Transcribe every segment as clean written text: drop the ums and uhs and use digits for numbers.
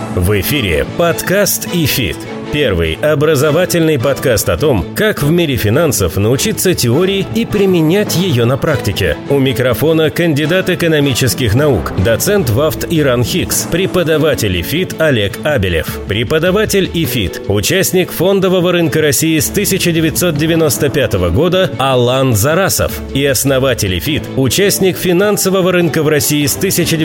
В эфире подкаст «ИФИТ». Первый образовательный подкаст о том, как в мире финансов научиться теории и применять ее на практике. У микрофона кандидат экономических наук, доцент ВАФТ Иран Хикс, преподаватель ИФИТ Олег Абелев, преподаватель ИФИТ, участник фондового рынка России с 1995 года Алан Зарасов и основатель ИФИТ, участник финансового рынка в России с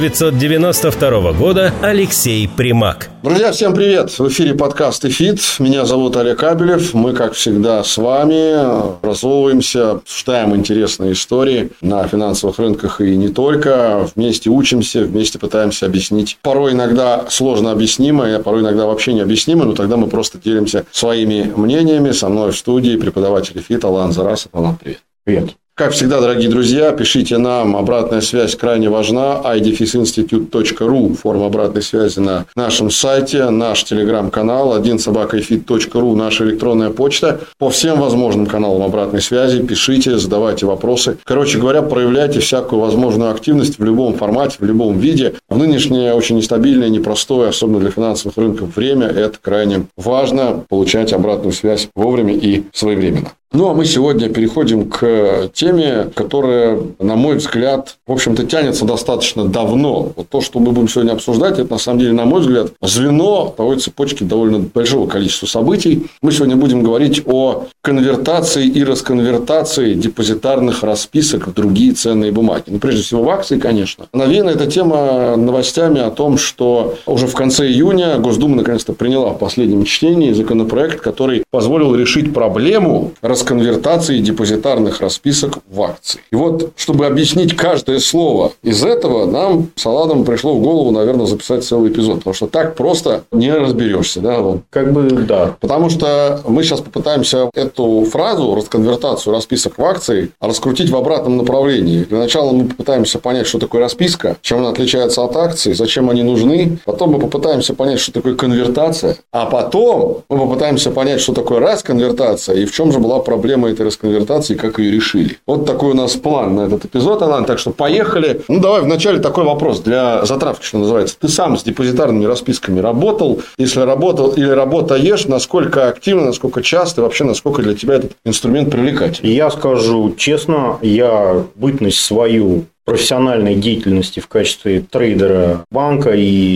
1992 года Алексей Примак. Друзья, всем привет! В эфире подкаст ИФИТ. Меня зовут Олег Абелев. Мы, как всегда, с вами разовываемся, обсуждаем интересные истории на финансовых рынках и не только. Вместе учимся, вместе пытаемся объяснить порой иногда сложно объяснимое, порой иногда вообще необъяснимое, но тогда мы просто делимся своими мнениями. Со мной в студии преподаватель ИФИТ Алан Зарасов. Алан, привет. Привет. Как всегда, дорогие друзья, пишите нам. Обратная связь крайне важна. idefisinstitute.ru. Форма обратной связи на нашем сайте. Наш телеграм-канал. 1собакаifit.ru. Наша электронная почта. По всем возможным каналам обратной связи пишите, задавайте вопросы. Короче говоря, проявляйте всякую возможную активность в любом формате, в любом виде. В нынешнее очень нестабильное, непростое, особенно для финансовых рынков, время, это крайне важно. Получать обратную связь вовремя и своевременно. Ну, а мы сегодня переходим к теме, которая, на мой взгляд, в общем-то, тянется достаточно давно. Вот то, что мы будем сегодня обсуждать, это, на самом деле, на мой взгляд, звено той цепочки довольно большого количества событий. Мы сегодня будем говорить о конвертации и расконвертации депозитарных расписок в другие ценные бумаги. Ну, прежде всего, в акции, конечно. Навеяна эта тема новостями о том, что уже в конце июня Госдума наконец-то приняла в последнем чтении законопроект, который позволил решить проблему расконвертации депозитарных расписок в акции. И вот, чтобы объяснить каждое слово из этого, нам с Аладом пришло в голову, наверное, записать целый эпизод. Потому что так просто не разберешься. Да, Алан? Да. Потому что мы сейчас попытаемся эту фразу, расконвертацию расписок в акции, раскрутить в обратном направлении. Для начала мы попытаемся понять, что такое расписка, чем она отличается от акций, зачем они нужны. Потом мы попытаемся понять, что такое конвертация. А потом мы попытаемся понять, что такое расконвертация и в чем же была проблема этой расконвертации, как ее решили. Вот такой у нас план на этот эпизод, Алан. Так что поехали. Ну, давай вначале такой вопрос для затравки, что называется. Ты сам с депозитарными расписками работал? Если работал или работаешь, насколько активно, насколько часто и вообще насколько для тебя этот инструмент привлекательный? Я скажу честно, я бытность свою профессиональной деятельности в качестве трейдера банка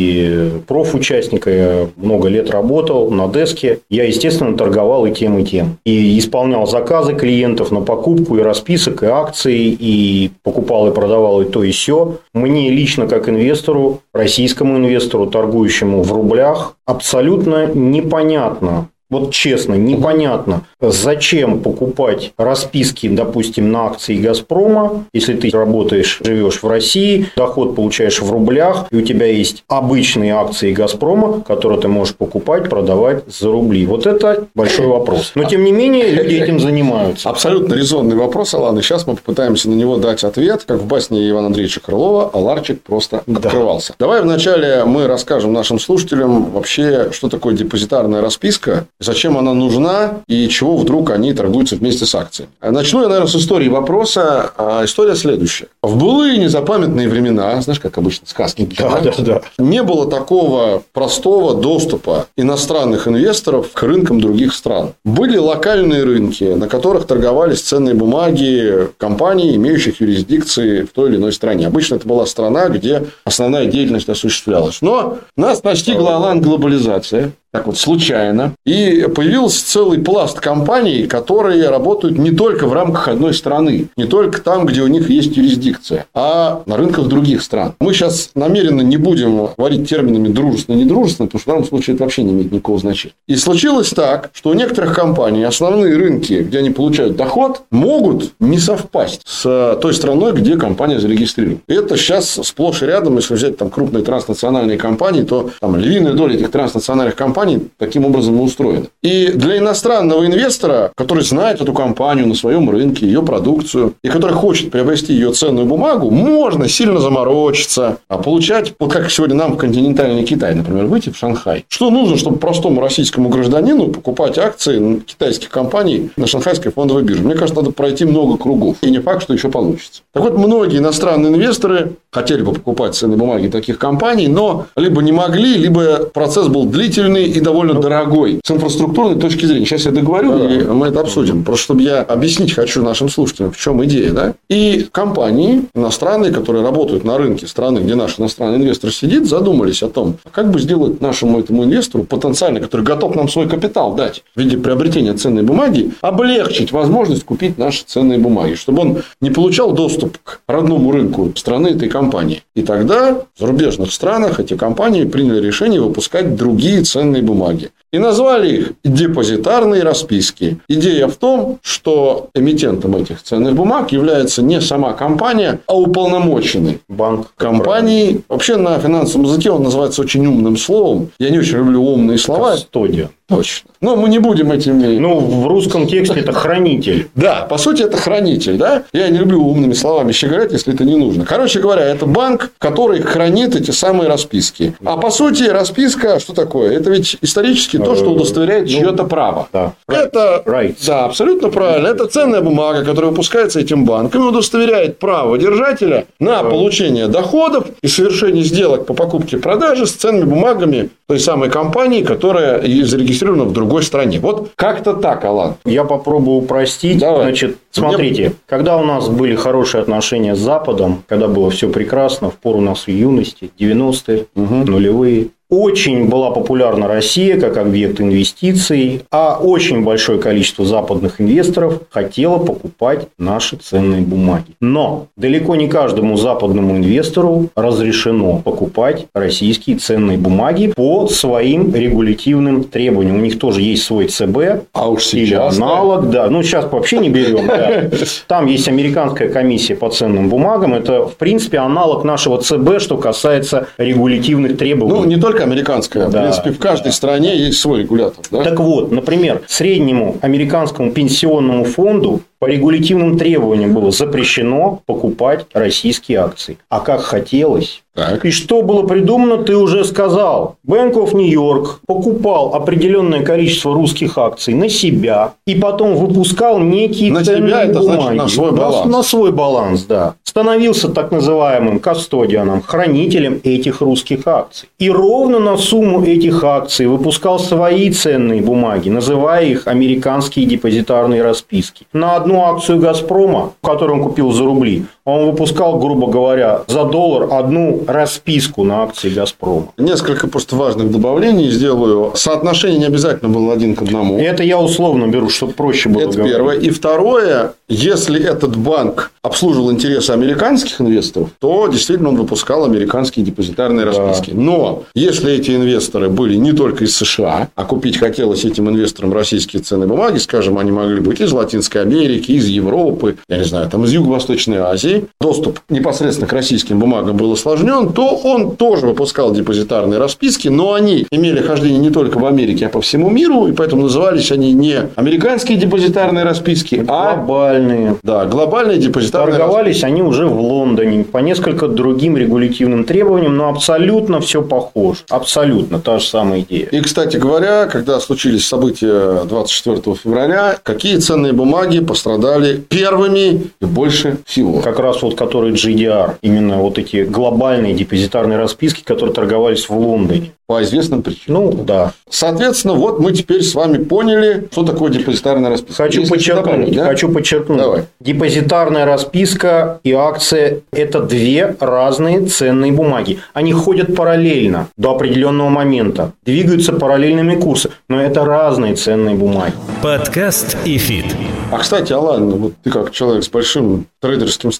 и профучастника. Я много лет работал на деске. Я, естественно, торговал и тем, и тем. И исполнял заказы клиентов на покупку и расписок, и акций, и покупал и продавал и то, и сё. Мне лично, как инвестору, российскому инвестору, торгующему в рублях, абсолютно непонятно. Вот честно, непонятно, зачем покупать расписки, допустим, на акции «Газпрома», если ты работаешь, живешь в России, доход получаешь в рублях, и у тебя есть обычные акции «Газпрома», которые ты можешь покупать, продавать за рубли. Вот это большой вопрос. Но, тем не менее, люди этим занимаются. Абсолютно резонный вопрос, Алан, и сейчас мы попытаемся на него дать ответ, как в басне Ивана Андреевича Крылова «Аларчик просто открывался». Давай вначале мы расскажем нашим слушателям вообще, что такое депозитарная расписка, зачем она нужна и чего вдруг они торгуются вместе с акциями. Начну я, наверное, с истории вопроса. История следующая. В былые незапамятные времена, знаешь, как обычно сказки, не было такого простого доступа иностранных инвесторов к рынкам других стран. Были локальные рынки, на которых торговались ценные бумаги компаний, имеющих юрисдикции в той или иной стране. Обычно это была страна, где основная деятельность осуществлялась. Но нас настигла, Алан, глобализация. Так вот, случайно. И появился целый пласт компаний, которые работают не только в рамках одной страны, не только там, где у них есть юрисдикция, а на рынках других стран. Мы сейчас намеренно не будем говорить терминами дружественно-недружественно, потому что в данном случае это вообще не имеет никакого значения. И случилось так, что у некоторых компаний основные рынки, где они получают доход, могут не совпасть с той страной, где компания зарегистрирована. И это сейчас сплошь и рядом, если взять там крупные транснациональные компании, то там львиная доля этих транснациональных компаний компании таким образом устроены. И для иностранного инвестора, который знает эту компанию на своем рынке, ее продукцию, и который хочет приобрести ее ценную бумагу, можно сильно заморочиться, а получать, вот как сегодня нам в континентальный Китай, например, выйти в Шанхай. Что нужно, чтобы простому российскому гражданину покупать акции китайских компаний на шанхайской фондовой бирже? Мне кажется, надо пройти много кругов. И не факт, что еще получится. Так вот, многие иностранные инвесторы хотели бы покупать ценные бумаги таких компаний, но либо не могли, либо процесс был длительный и довольно дорогой. С инфраструктурной точки зрения. Сейчас я договорю, и мы это обсудим. Просто чтобы я объяснить хочу нашим слушателям, в чем идея. Да? И компании иностранные, которые работают на рынке страны, где наш иностранный инвестор сидит, задумались о том, как бы сделать нашему этому инвестору потенциально, который готов нам свой капитал дать в виде приобретения ценной бумаги, облегчить возможность купить наши ценные бумаги, чтобы он не получал доступ к родному рынку страны этой компании. И тогда в зарубежных странах эти компании приняли решение выпускать другие ценные бумаги. И назвали их депозитарные расписки. Идея в том, что эмитентом этих ценных бумаг является не сама компания, а уполномоченный банк компании. Вообще на финансовом языке он называется очень умным словом. Я не очень люблю умные слова. Кастодия. Точно. Но мы не будем этими... В русском тексте это хранитель. Да, по сути, это хранитель. Да? Я не люблю умными словами щеголять, если это не нужно. Короче говоря, это банк, который хранит эти самые расписки. А по сути, расписка, что такое? Это ведь исторически то, что удостоверяет чье-то право. Да. Это, да, абсолютно правильно. Это ценная бумага, которая выпускается этим банком и удостоверяет право держателя на получение доходов и совершение сделок по покупке и продаже с ценными бумагами той самой компании, которая зарегистрирована в другой стране. Вот как-то так, Алан. Я попробую упростить. Давай. Значит, смотрите, когда у нас были хорошие отношения с Западом, когда было все прекрасно, в пору нашей юности, 90-е, нулевые, очень была популярна Россия как объект инвестиций, а очень большое количество западных инвесторов хотело покупать наши ценные бумаги. Но далеко не каждому западному инвестору разрешено покупать российские ценные бумаги по своим регулятивным требованиям. У них тоже есть свой ЦБ, а уж сейчас, или аналог. Да. Сейчас вообще не берем. Да. Там есть американская комиссия по ценным бумагам. Это, в принципе, аналог нашего ЦБ, что касается регулятивных требований. Не только американская. Да, в принципе, в каждой стране есть свой регулятор. Да? Так вот, например, среднему американскому пенсионному фонду по регулятивным требованиям было запрещено покупать российские акции. А как хотелось. Так. И что было придумано, ты уже сказал. Bank of New York покупал определенное количество русских акций на себя и потом выпускал некие ценные бумаги. Значит, на свой баланс. На свой баланс, да. Становился так называемым кастодианом, хранителем этих русских акций. И ровно на сумму этих акций выпускал свои ценные бумаги, называя их американские депозитарные расписки. На одну акцию «Газпрома», которую он купил за рубли, он выпускал, грубо говоря, за $1 одну расписку на акции «Газпрома». Несколько просто важных добавлений сделаю. Соотношение не обязательно было 1 к 1. Это я условно беру, чтобы проще было. Это говорить. Первое. И второе, если этот банк обслуживал интересы американских инвесторов, то действительно он выпускал американские депозитарные расписки. Да. Но если эти инвесторы были не только из США, а купить хотелось этим инвесторам российские ценные бумаги, скажем, они могли быть из Латинской Америки, из Европы, я не знаю, там из Юго-Восточной Азии, доступ непосредственно к российским бумагам был осложнен, то он тоже выпускал депозитарные расписки, но они имели хождение не только в Америке, а по всему миру, и поэтому назывались они не американские депозитарные расписки, а глобальные. Да, глобальные депозитарные Торговались расписки. Они уже в Лондоне по несколько другим регулятивным требованиям, но абсолютно все похоже. Абсолютно та же самая идея. И, кстати говоря, когда случились события 24 февраля, какие ценные бумаги пострадали первыми и больше всего? Как раз вот которые GDR, именно вот эти глобальные депозитарные расписки, которые торговались в Лондоне. По известным причинам. Да. Соответственно, вот мы теперь с вами поняли, что такое депозитарная расписка. Хочу подчеркнуть. Давай. Депозитарная расписка и акция – это две разные ценные бумаги. Они ходят параллельно до определенного момента, двигаются параллельными курсами, но это разные ценные бумаги. Подкаст «ИФИТ». А, кстати, Алан, вот ты как человек с большим трейдерским стажем,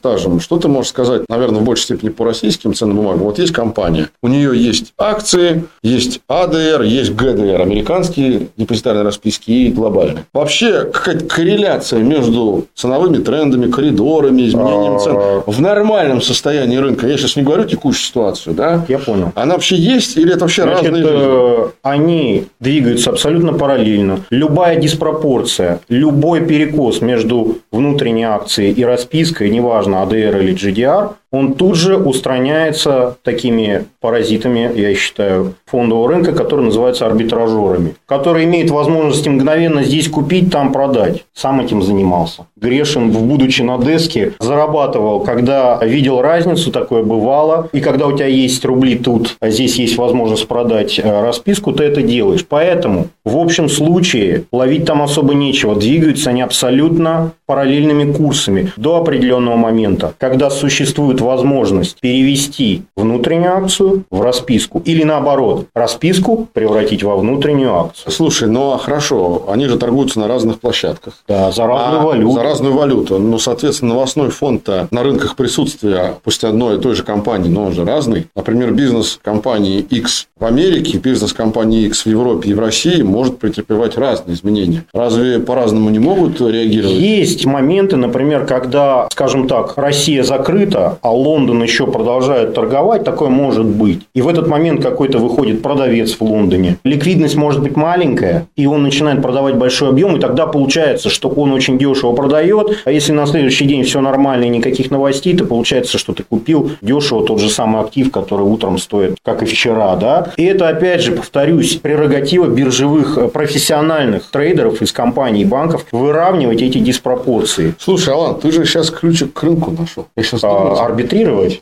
скажем, что ты можешь сказать, наверное, в большей степени по российским ценным бумагам? Вот есть компания, у нее есть акции, есть АДР, есть ГДР, американские депозитарные расписки и глобальные. Вообще, какая-то корреляция между ценовыми трендами, коридорами, изменением цен в нормальном состоянии рынка, я сейчас не говорю текущую ситуацию, да? Я понял. Она вообще есть или это вообще разные жизни? Они двигаются абсолютно параллельно. Любая диспропорция, любой перекос между внутренней акцией и распиской, неважно, ADR или GDR, он тут же устраняется такими паразитами, я считаю, фондового рынка, которые называются арбитражерами, которые имеют возможность мгновенно здесь купить, там продать. Сам этим занимался. Грешин, будучи на деске, зарабатывал, когда видел разницу, такое бывало, и когда у тебя есть рубли тут, а здесь есть возможность продать расписку, ты это делаешь. Поэтому в общем случае ловить там особо нечего. Двигаются они абсолютно параллельными курсами до определенного момента, когда существует возможность перевести внутреннюю акцию в расписку или наоборот, расписку превратить во внутреннюю акцию. Слушай, ну хорошо, они же торгуются на разных площадках. Да, за разную валюту. За разную валюту. Ну, соответственно, новостной фонд-то на рынках присутствия, пусть одной и той же компании, но он же разный. Например, бизнес компании X в Америке, бизнес компании X в Европе и в России может претерпевать разные изменения. Разве по-разному не могут реагировать? Есть моменты, например, когда, скажем так, Россия закрыта, а Лондон еще продолжает торговать, такое может быть. И в этот момент какой-то выходит продавец в Лондоне. Ликвидность может быть маленькая, и он начинает продавать большой объем, и тогда получается, что он очень дешево продает, а если на следующий день все нормально и никаких новостей, то получается, что ты купил дешево тот же самый актив, который утром стоит, как и вчера, да. И это, опять же, повторюсь, прерогатива биржевых профессиональных трейдеров из компаний и банков выравнивать эти диспропорции. Слушай, Алан, ты же сейчас ключик к рынку нашел. Я сейчас думаю, арбитрировать?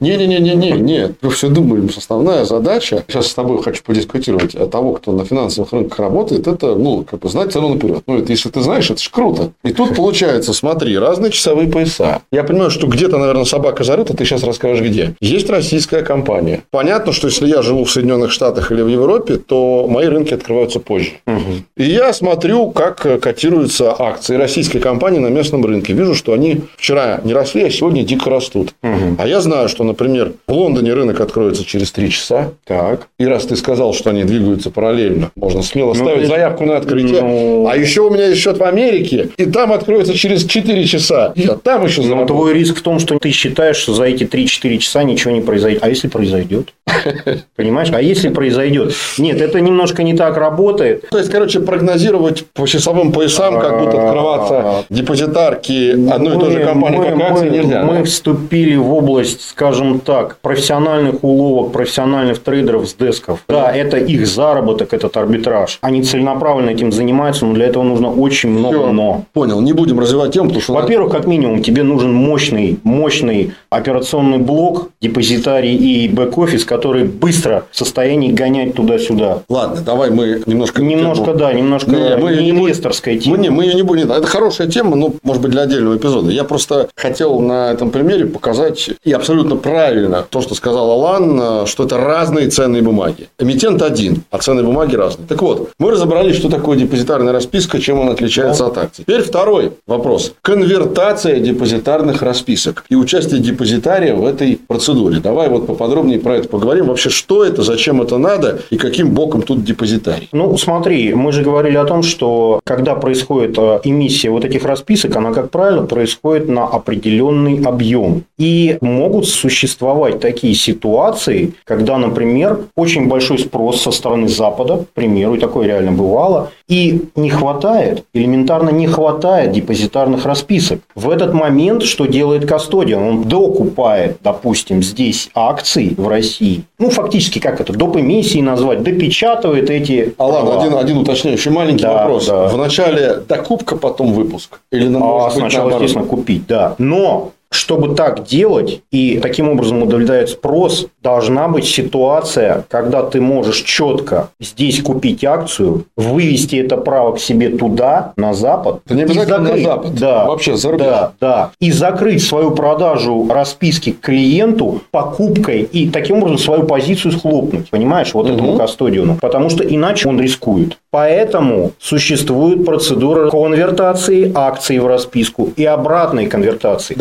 Не. Мы все думаем, что основная задача, сейчас с тобой хочу подискутировать, того, кто на финансовых рынках работает, это, знать цену наперед. Это, если ты знаешь, это же круто. И тут получается, смотри, разные часовые пояса. Я понимаю, что где-то, наверное, собака зарыта, ты сейчас расскажешь, где. Есть российская компания. Понятно, что если я живу в Соединенных Штатах или в Европе, то мои рынки открываются позже. И я смотрю, как котируются акции российской компании на местном рынке. Вижу, что они вчера не росли, а сегодня дико растут. А я знаю, что, например, в Лондоне рынок откроется через 3 часа. Так. И раз ты сказал, что они двигаются параллельно, можно смело ставить заявку на открытие. А еще у меня есть счет в Америке, и там откроется через 4 часа. Я там еще заработаю. Но твой риск в том, что ты считаешь, что за эти 3-4 часа ничего не произойдет. А если произойдет? Понимаешь? А если произойдет? Нет, это немножко не так работает. То есть, прогнозировать по часовым поясам, как будут открываться депозитарки одной и той же компании, как акции, нельзя. Мы вступили в область, скажем так, профессиональных уловок, профессиональных трейдеров с десков. Да, это их заработок, этот арбитраж. Они целенаправленно этим занимаются, но для этого нужно очень много «но». Понял, не будем развивать тему, потому что... Во-первых, как минимум, тебе нужен мощный операционный блок, депозитарий и бэк-офис, который быстро в состоянии гонять туда-сюда. Ладно, давай мы немножко инвесторская тема. Мы ее не будем. Это хорошая тема, но, может быть, для отдельного эпизода. Я просто хотел на этом примере показать, и абсолютно правильно то, что сказал Алан, что это разные ценные бумаги. Эмитент один, а ценные бумаги разные. Так вот, мы разобрались, что такое депозитарная расписка, чем она отличается от акций. Теперь второй вопрос. Конвертация депозитарных расписок и участие депозитария в этой процедуре. Давай поподробнее про это поговорим. Вообще, что это, зачем это надо и каким боком тут депозитарий? Смотри, мы же говорили о том, что когда происходит эмиссия вот этих расписок, она, как правило, происходит на определенный объем. И могут существовать такие ситуации, когда, например, очень большой спрос со стороны Запада, к примеру, и такое реально бывало, и элементарно не хватает депозитарных расписок. В этот момент что делает кастодиан? Он докупает, допустим, здесь акции в России. Фактически, как это, доп. Эмиссии назвать, допечатывает эти... Ладно, один уточняющий маленький вопрос. Да. Вначале докупка, потом выпуск? Или сначала, естественно, купить, да. Но... Чтобы так делать и таким образом удовлетворять спрос, должна быть ситуация, когда ты можешь четко здесь купить акцию, вывести это право к себе туда, на Запад. Это не обязательно на Запад. Да, вообще за рубеж. Да. И закрыть свою продажу расписки к клиенту покупкой и таким образом свою позицию схлопнуть. Понимаешь, этому кастодиану. Потому что иначе он рискует. Поэтому существует процедура конвертации акций в расписку и обратной конвертации. Давай, подожди.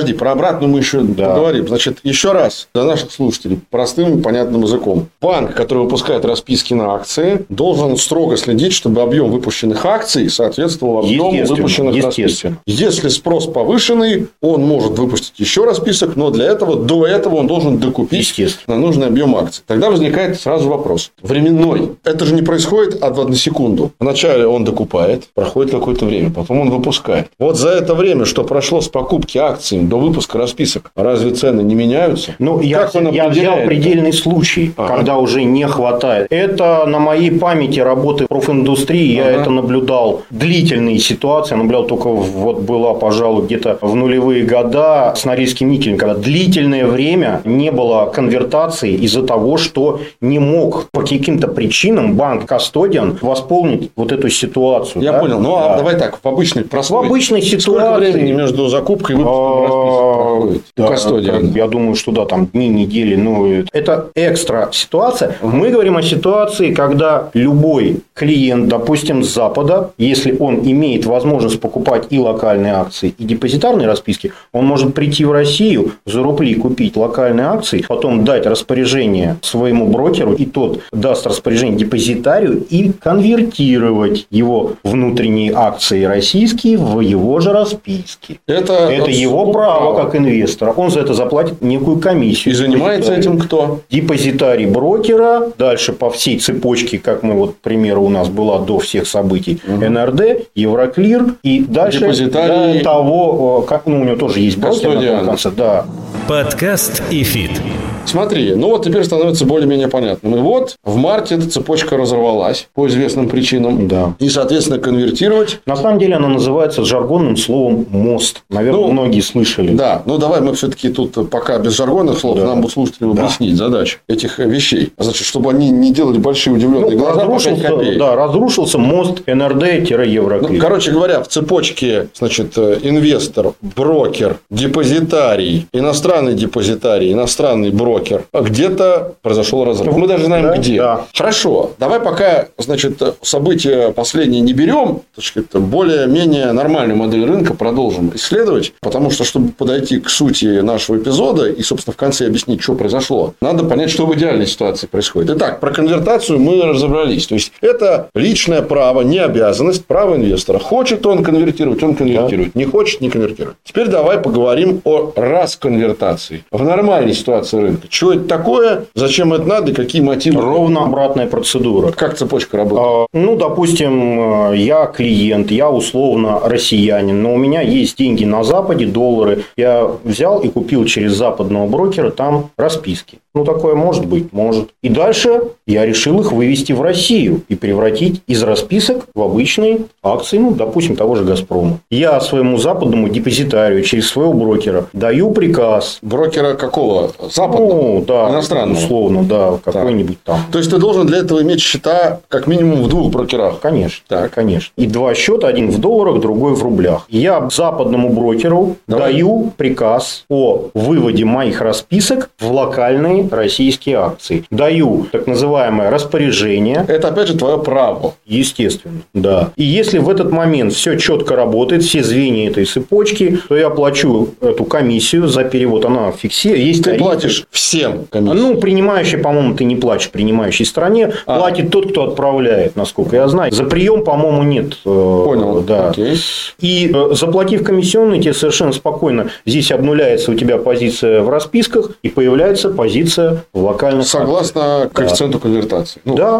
подожди, про обратную мы еще поговорим. Значит, еще раз для наших слушателей простым и понятным языком. Банк, который выпускает расписки на акции, должен строго следить, чтобы объем выпущенных акций соответствовал объему выпущенных расписок. Если спрос повышенный, он может выпустить еще расписок, но для этого, до этого он должен докупить на нужный объем акций. Тогда возникает сразу вопрос. Временной. Это же не происходит в одну секунду. Вначале он докупает, проходит какое-то время, потом он выпускает. Вот за это время, что прошло с покупки акций до выпуска расписок, разве цены не меняются? Ну, я взял предельный случай, когда уже не хватает. Это на моей памяти работы профиндустрии. Я это наблюдал. Длительные ситуации. Я наблюдал только вот была, пожалуй, где-то в нулевые года с Норильским никелем, когда длительное время не было конвертации из-за того, что не мог по каким-то причинам банк Кастодиан восполнить вот эту ситуацию. Я понял. Ну, а давай так, в обычной ситуации. Сколько времени между закупкой и выпуском расписок проходит у Кастодиана? Я думаю, что да, там дни, недели. Ну, это экстра ситуация. Мы говорим о ситуации, когда любой клиент, допустим, с Запада, если он имеет возможность покупать и локальные акции, и депозитарные расписки, он может прийти в Россию, за рубли купить локальные акции, потом дать распоряжение своему брокеру, и тот даст распоряжение депозитарию и конвертировать его внутренние акции российские в его же расписки. Это его право как инвестора. Он за это заплатит некую комиссию. И занимается этим кто? Депозитарий брокера. Дальше по всей цепочке, как мы, вот, к примеру, у нас была до всех событий, НРД, Евроклир. И дальше до того, как, ну, у него тоже есть брокер на том конце. Да. Подкаст «ИФИТ». Смотри, ну вот теперь становится более-менее понятным. И вот в марте эта цепочка разорвалась по известным причинам. Да. И, соответственно, конвертировать. На самом деле она называется жаргонным словом мост. Наверное, многие слышали. Да, ну давай мы все-таки тут пока без жаргонных слов нам бы слушателям объяснить задачу этих вещей. Значит, чтобы они не делали большие удивленные глаза. Разрушился мост НРД-Евроклир. Ну, короче говоря, в цепочке, значит, инвестор, брокер, депозитарий, иностранный депозитарий, иностранный брокер. Где-то произошел разрыв. Мы даже знаем, где. Да. Хорошо. Давай пока, значит, события последние не берем, более-менее нормальную модель рынка продолжим исследовать. Потому что, чтобы подойти к сути нашего эпизода и, собственно, в конце объяснить, что произошло, надо понять, что в идеальной ситуации происходит. Итак, про конвертацию мы разобрались. То есть, это личное право, не обязанность, право инвестора. Хочет он конвертировать, он конвертирует. Да. Не хочет, не конвертирует. Теперь давай поговорим о расконвертации. В нормальной ситуации рынка. Что это такое, зачем это надо, какие мотивы? Ровно обратная процедура. Как цепочка работает? Ну, допустим, я клиент, я условно россиянин, но у меня есть деньги на Западе, доллары. Я взял и купил через западного брокера там расписки. Ну, такое может быть, может. И дальше я решил их вывести в Россию и превратить из расписок в обычные акции, ну, допустим, того же «Газпрома». Я своему западному депозитарию через своего брокера даю приказ. Брокера какого? Западного? Ну, да. Иностранного? Условно, да. Какой-нибудь там. То есть, ты должен для этого иметь счета как минимум в двух брокерах? Конечно. Так. Конечно. И два счета, один в долларах, другой в рублях. Я западному брокеру даю приказ о выводе моих расписок в локальные российские акции. Даю так называемое распоряжение. Это, опять же, твое право. Естественно, да. И если в этот момент все четко работает, все звенья этой цепочки, то я плачу эту комиссию за перевод. Она фиксирует. Ты платишь всем комиссию? Ну, принимающий, по-моему, ты не платишь принимающей стране. Платит тот, кто отправляет, насколько я знаю. За прием, по-моему, нет. Понял. Да. Окей. И заплатив комиссионный, тебе совершенно спокойно здесь обнуляется у тебя позиция в расписках и появляется позиция в локальных согласно коэффициенту конвертации. Ну, да.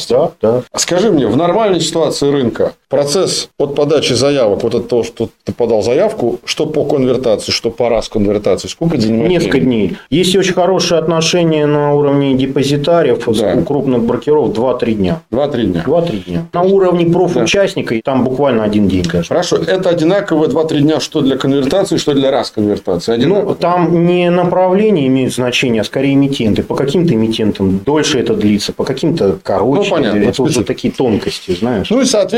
Скажи мне, в нормальной ситуации рынка процесс от подачи заявок, вот от того, что ты подал заявку, что по конвертации, что по расконвертации, сколько занимает? Несколько дней. Есть очень хорошие отношения на уровне депозитариев у крупных брокеров 2-3 дня. 2-3 дня. 2-3 дня. На уровне профучастника там буквально один день, конечно. Хорошо. Это одинаково 2-3 дня, что для конвертации, что для расконвертации? Одинаково. Ну, там не направление имеет значение, а скорее эмитенты. По каким-то эмитентам дольше это длится, по каким-то короче. Ну, понятно. Это уже такие тонкости, знаешь. Ну, и, соответственно,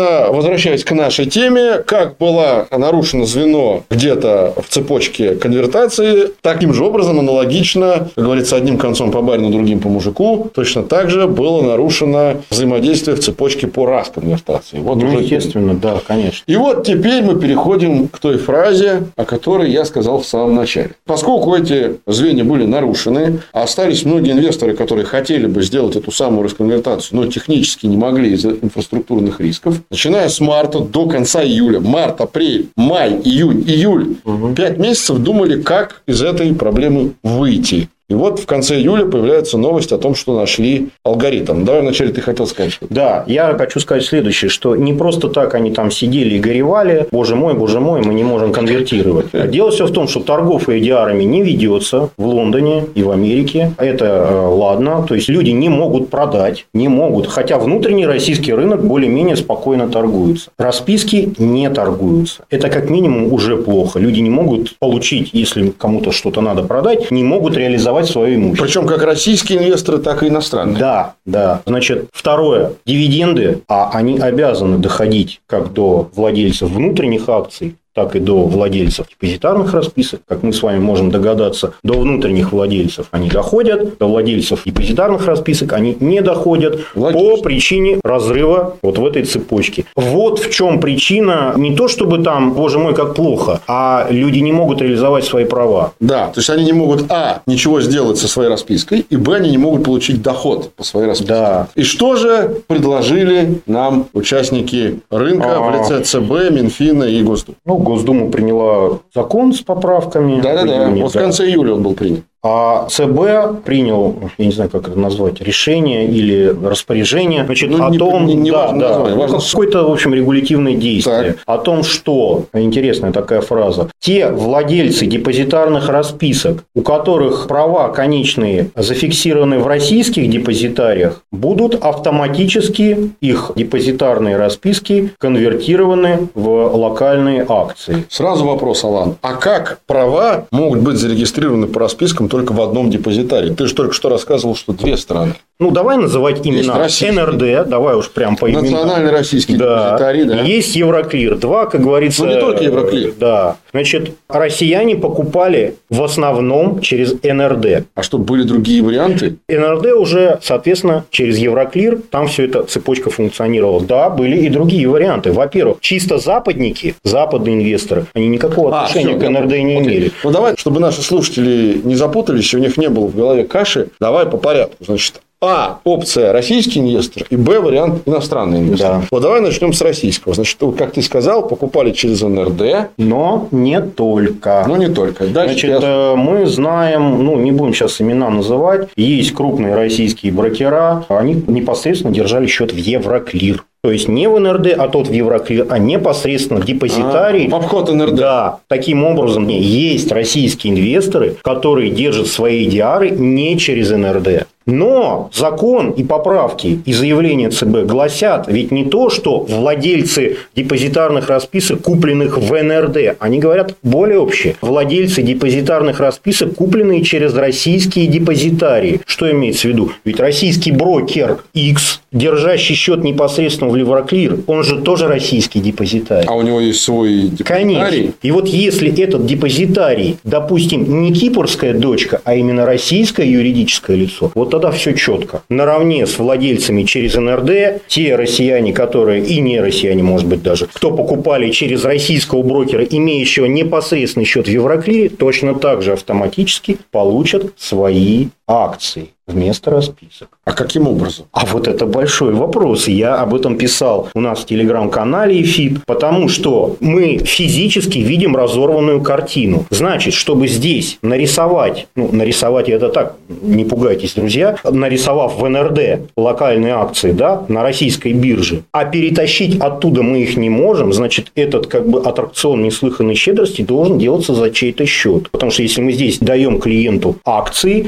Собственно, возвращаясь к нашей теме, как было нарушено звено где-то в цепочке конвертации, таким же образом, аналогично, как говорится, одним концом по барину, другим по мужику, точно так же было нарушено взаимодействие в цепочке по расконвертации. Вот ну, уже естественно, да, конечно. И вот теперь мы переходим к той фразе, о которой я сказал в самом начале. Поскольку эти звенья были нарушены, а остались многие инвесторы, которые хотели бы сделать эту самую расконвертацию, но технически не могли из-за инфраструктурных рисков, начиная с марта до конца июля, март, апрель, май, июнь, июль, 5 месяцев думали, как из этой проблемы выйти. И вот в конце июля появляется новость о том, что нашли алгоритм. Давай вначале ты хотел сказать. Да, я хочу сказать следующее, что не просто так они там сидели и горевали, боже мой, мы не можем конвертировать. Дело все в том, что торгов ADR-ами не ведется в Лондоне и в Америке. Это ладно, то есть люди не могут продать, не могут, хотя внутренний российский рынок более-менее спокойно торгуется. Расписки не торгуются. Это как минимум уже плохо. Люди не могут получить, если кому-то что-то надо продать, не могут реализовать свое имущество. Причем как российские инвесторы, так и иностранные. Да, да. Значит, второе. Дивиденды, а они обязаны доходить как до владельцев внутренних акций, так и до владельцев депозитарных расписок. Как мы с вами можем догадаться, до внутренних владельцев они доходят, до владельцев депозитарных расписок они не доходят. Логично. По причине разрыва вот в этой цепочке. Вот в чем причина. Не то, чтобы там, боже мой, как плохо, а люди не могут реализовать свои права. Да, то есть они не могут, ничего сделать со своей распиской, и, они не могут получить доход по своей расписке. Да. И что же предложили нам участники рынка в лице ЦБ, Минфина и Госдумы? Госдума приняла закон с поправками. Да. Вот в конце июля он был принят. А ЦБ принял, я не знаю, как это назвать, решение или распоряжение, значит, о том, какое-то, в общем, регулятивное действие, о том, что, интересная такая фраза, те владельцы депозитарных расписок, у которых права конечные зафиксированы в российских депозитариях, будут автоматически их депозитарные расписки конвертированы в локальные акции. Сразу вопрос, Алан. А как права могут быть зарегистрированы по распискам только в одном депозитарии? Ты же только что рассказывал, что 2 страны. Давай называть имена. НРД, давай уж прям по именам. Национальный российский депозитарий, да. Есть Евроклир 2, как говорится. Не только Евроклир. Да. Значит, россияне покупали в основном через НРД. А что, были другие варианты? НРД уже, соответственно, через Евроклир, там все эта цепочка функционировала. Да, были и другие варианты. Во-первых, чисто западники, западные инвесторы, они никакого отношения к НРД не имели. Давай, чтобы наши слушатели не запутались, у них не было в голове каши, давай по порядку. Значит, опция российский инвестор, и вариант иностранный инвестор. Да. Давай начнем с российского. Значит, как ты сказал, покупали через НРД. Но не только. Не только. Дальше значит, мы знаем, не будем сейчас имена называть, есть крупные российские брокера, они непосредственно держали счет в Евроклир. То есть не в НРД, а тот в Евроклир, а непосредственно в депозитарий. В обход НРД. Да. Таким образом, есть российские инвесторы, которые держат свои ADR не через НРД. Но закон и поправки и заявления ЦБ гласят ведь не то, что владельцы депозитарных расписок, купленных в НРД. Они говорят более общее. Владельцы депозитарных расписок, купленные через российские депозитарии. Что имеется в виду? Ведь российский брокер X, держащий счет непосредственно в Евроклир, он же тоже российский депозитарий. А у него есть свой депозитарий? Конечно. И вот если этот депозитарий, допустим, не кипрская дочка, а именно российское юридическое лицо, вот тогда все четко. Наравне с владельцами через НРД, те россияне, которые и не россияне, может быть, даже, кто покупали через российского брокера, имеющего непосредственный счет в Евроклире, точно так же автоматически получат свои акции вместо расписок. А каким образом? А вот это большой вопрос. Я об этом писал у нас в телеграм-канале EFIT, потому что мы физически видим разорванную картину. Значит, чтобы здесь нарисовать, нарисовать это так, не пугайтесь, друзья, нарисовав в НРД локальные акции, на российской бирже, а перетащить оттуда мы их не можем, значит, этот аттракцион неслыханной щедрости должен делаться за чей-то счет. Потому что если мы здесь даем клиенту акции, там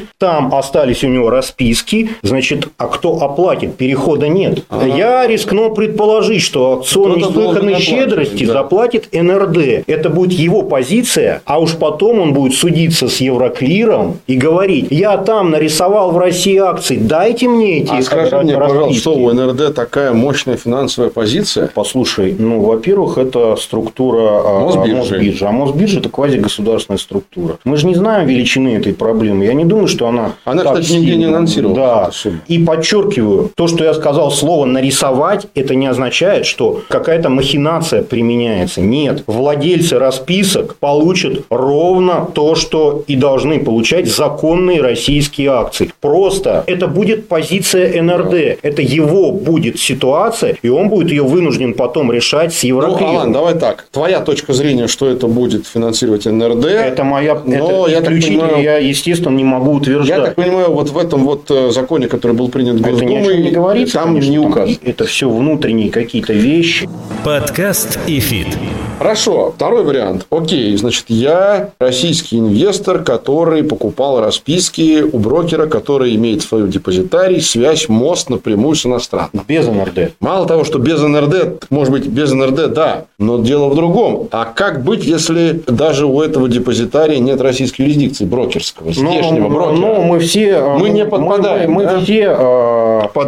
там остались у него расписки, значит, а кто оплатит? Перехода нет. Я рискну предположить, что акционные неслыханной щедрости заплатит НРД. Это будет его позиция, а уж потом он будет судиться с Евроклиром и говорить: я там нарисовал в России акции, дайте мне эти расписки. Скажи мне, пожалуйста, что у НРД такая мощная финансовая позиция? Послушай, во-первых, это структура Мосбиржи. А Мосбиржа – это квазигосударственная структура. Мы же не знаем величины этой проблемы. Я не думаю, что она кстати, нигде не анонсировала. Да. И подчеркиваю, то, что я сказал слово «нарисовать», это не означает, что какая-то махинация применяется. Нет. Владельцы расписок получат ровно то, что и должны получать законные российские акции. Просто это будет позиция НРД. Это его будет ситуация, и он будет ее вынужден потом решать с Евроклиром. Алан, давай так. Твоя точка зрения, что это будет финансировать НРД. Это моя... Но это исключительно я, естественно, не могу утверждать. Я так понимаю, вот в этом вот законе, который был принят Госдумой, это не говорится, там конечно, не указано. Это все внутренние какие-то вещи. Подкаст «ИФИТ». Хорошо, второй вариант. Окей, значит, я российский инвестор, который покупал расписки у брокера, который имеет в своем депозитарий связь, мост напрямую с иностранным. Без НРД. Мало того, что без НРД, может быть, без НРД, да, но дело в другом. А как быть, если даже у этого депозитария нет российской юрисдикции брокерского, здешнего брокера? Мы все... Мы не подпадаем. Мы все... Под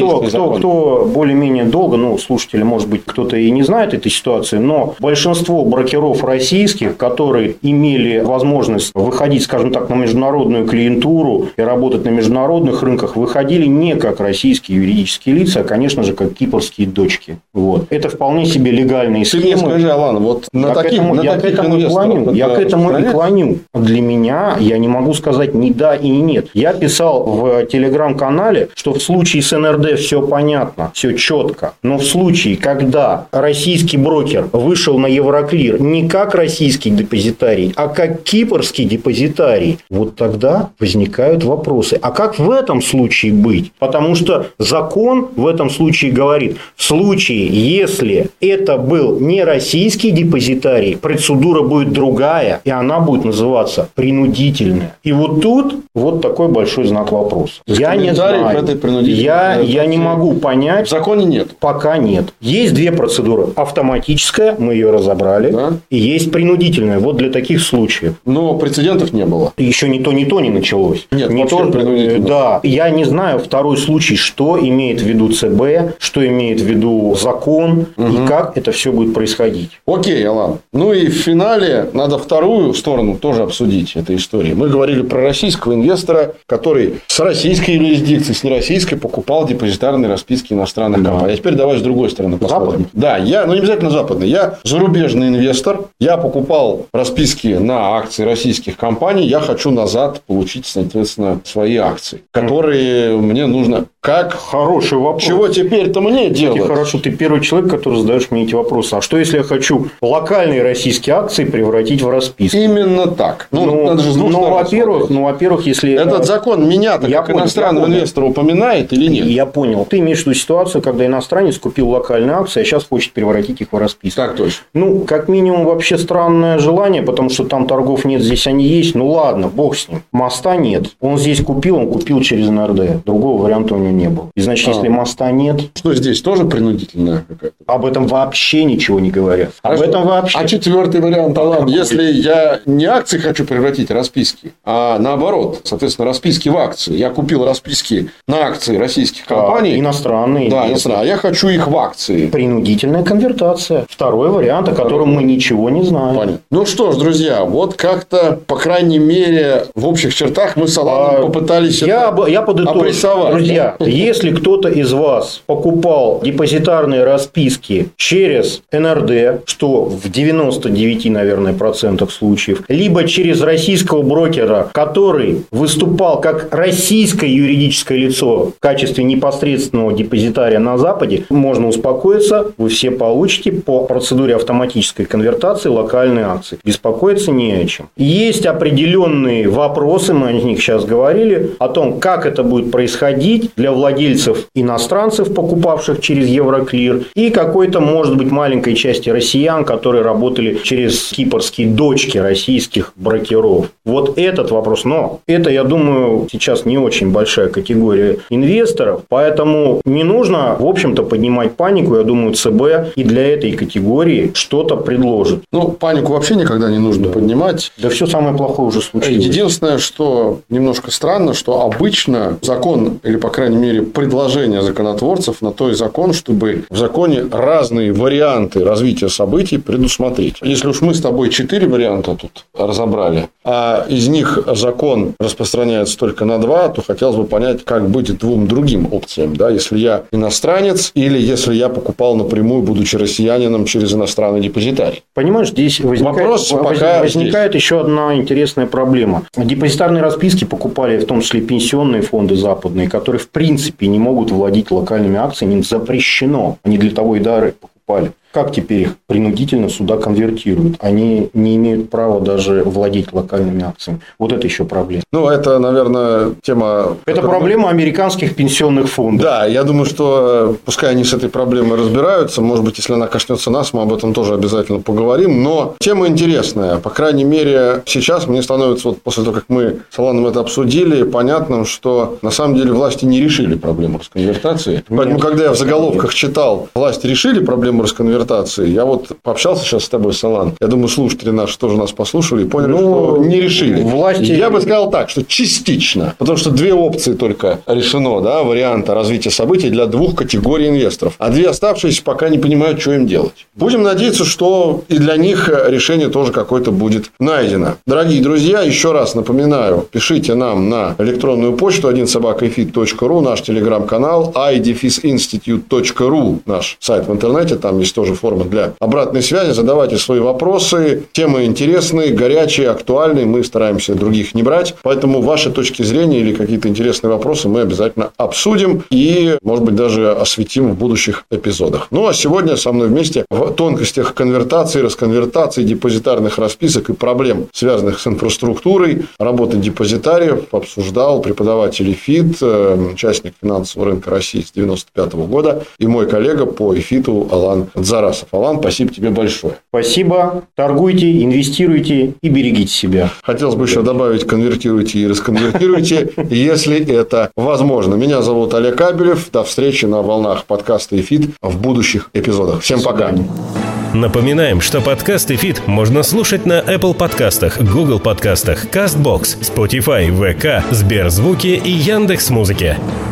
кто более-менее долго, слушатели, может быть, кто-то и не знает этой ситуации, но большинство брокеров российских, которые имели возможность выходить, скажем так, на международную клиентуру и работать на международных рынках, выходили не как российские юридические лица, а, конечно же, как кипрские дочки. Вот. Это вполне себе легальные схемы. Ты мне скажи, Алан, вот я к этому и клоню. Для меня я не могу сказать ни да и ни нет. Я писал в телеграм-канале, что в случае с НРД все понятно, все четко. Но в случае, когда российский брокер вышел на Евроклир не как российский депозитарий, а как кипрский депозитарий, вот тогда возникают вопросы. А как в этом случае быть? Потому что закон в этом случае говорит, в случае, если это был не российский депозитарий, процедура будет другая, и она будет называться принудительная. И вот тут вот такой большой знак вопроса. Я не знаю. Я не могу понять. В законе нет. Пока нет. Есть две процедуры. Автоматическая, мы ее разобрали, да. И есть принудительная. Вот для таких случаев. Но прецедентов не было. Еще ни то не началось. Нет, не то принудительно. Да. Я не знаю второй случай, что имеет в виду ЦБ, что имеет в виду закон, и как это все будет происходить. Окей, Алан. И в финале надо вторую сторону тоже обсудить этой истории. Мы говорили про российского инвестора, который с российской юрисдикцией, с нероссийской покупал депозитарные расписки иностранных компаний. А теперь давай с другой стороны посмотрим. Западный? Да, я, не обязательно западный. Я зарубежный инвестор. Я покупал расписки на акции российских компаний. Я хочу назад получить, соответственно, свои акции, которые мне нужно. Как? Хороший вопрос. Чего теперь-то мне делать? Хорошо, ты первый человек, который задаешь мне эти вопросы. А что, если я хочу локальные российские акции превратить в расписки? Именно так. Надо же во-первых, если... Этот закон меня-то как иностранного инвестора упоминает или нет? Я понял. Ты имеешь в виду ситуацию, когда иностранец купил локальные акции, а сейчас хочет превратить их в расписки. Так точно. Как минимум, вообще странное желание, потому что там торгов нет, здесь они есть. Ладно, бог с ним. Моста нет. Он здесь купил, он купил через НРД. Другого варианта у него не было. И значит, если моста нет... Что здесь тоже принудительная какая-то? Об этом вообще ничего не говорят. Хорошо. Об этом вообще... А четвертый вариант, Алан, если я не акции хочу превратить, расписки, а наоборот, соответственно, расписки в акции. Я купил расписки на акции российских компаний. Иностранные. Да, иностранные. А я хочу их в акции. Принудительная конвертация. Второй вариант, о котором мы ничего не знаем. Понятно. Что ж, друзья, вот как-то, по крайней мере, в общих чертах мы с Аланом попытались я подытожу. Обрисовать. Друзья, если кто-то из вас покупал депозитарные расписки через НРД, что в 99, наверное, процентах случаев, либо через российского брокера, который выступал как российское юридическое лицо в качестве непосредственного депозитария на Западе, можно успокоиться, вы все получите по процедуре автоматически автоматической конвертации локальные акции. Беспокоиться не о чем. Есть определенные вопросы, мы о них сейчас говорили, о том, как это будет происходить для владельцев иностранцев, покупавших через Евроклир, и какой-то, может быть, маленькой части россиян, которые работали через кипрские дочки российских брокеров. Вот этот вопрос. Но это, я думаю, сейчас не очень большая категория инвесторов, поэтому не нужно, в общем-то, поднимать панику. Я думаю, ЦБ и для этой категории что-то предложит. Панику вообще никогда не нужно поднимать. Да все самое плохое уже случилось. Единственное, что немножко странно, что обычно закон, или, по крайней мере, предложение законотворцев на то и закон, чтобы в законе разные варианты развития событий предусмотреть. Если уж мы с тобой 4 варианта тут разобрали, а из них закон распространяется только на 2, то хотелось бы понять, как быть 2 другим опциям. Да? Если я иностранец или если я покупал напрямую, будучи россиянином, через иностранный депозитарий. Понимаешь, здесь возникает еще одна интересная проблема. Депозитарные расписки покупали в том числе пенсионные фонды западные, которые в принципе не могут владеть локальными акциями, им запрещено. Они для того и дары покупали. Как теперь их принудительно сюда конвертируют? Они не имеют права даже владеть локальными акциями. Вот это еще проблема. Это, наверное, тема... Это проблема американских пенсионных фондов. Да, я думаю, что пускай они с этой проблемой разбираются. Может быть, если она коснется нас, мы об этом тоже обязательно поговорим. Но тема интересная. По крайней мере, сейчас мне становится, после того, как мы с Аланом это обсудили, понятным, что на самом деле власти не решили проблему расконвертации. Поэтому, когда я в заголовках читал, власти решили проблему расконвертации, я пообщался сейчас с тобой, Салан. Я думаю, слушатели наши тоже нас послушали и поняли, что не решили. Я бы сказал так, что частично. Потому что 2 опции только решено, да, варианта развития событий для 2 категорий инвесторов. А 2 оставшиеся пока не понимают, что им делать. Будем надеяться, что и для них решение тоже какое-то будет найдено. Дорогие друзья, еще раз напоминаю, пишите нам на электронную почту 1@ifit.ru, наш телеграм-канал, i-institute.ru, наш сайт в интернете, там есть тоже форма для обратной связи. Задавайте свои вопросы. Темы интересные, горячие, актуальные. Мы стараемся других не брать. Поэтому ваши точки зрения или какие-то интересные вопросы мы обязательно обсудим и, может быть, даже осветим в будущих эпизодах. А сегодня со мной вместе в тонкостях конвертации, расконвертации, депозитарных расписок и проблем, связанных с инфраструктурой, работы депозитариев, обсуждал преподаватель ИФИТ, участник финансового рынка России с 1995 года и мой коллега по ИФИТу Алан Дзарасов. Алан, спасибо тебе большое. Спасибо. Торгуйте, инвестируйте и берегите себя. Хотелось бы еще добавить: конвертируйте и расконвертируйте, если это возможно. Меня зовут Олег Абелев. До встречи на волнах подкаста ИФИТ в будущих эпизодах. Всем пока. Напоминаем, что подкаст ИФИТ можно слушать на Apple подкастах, Google подкастах, CastBox, Spotify, ВК, Сберзвуки и Яндекс.Музыке.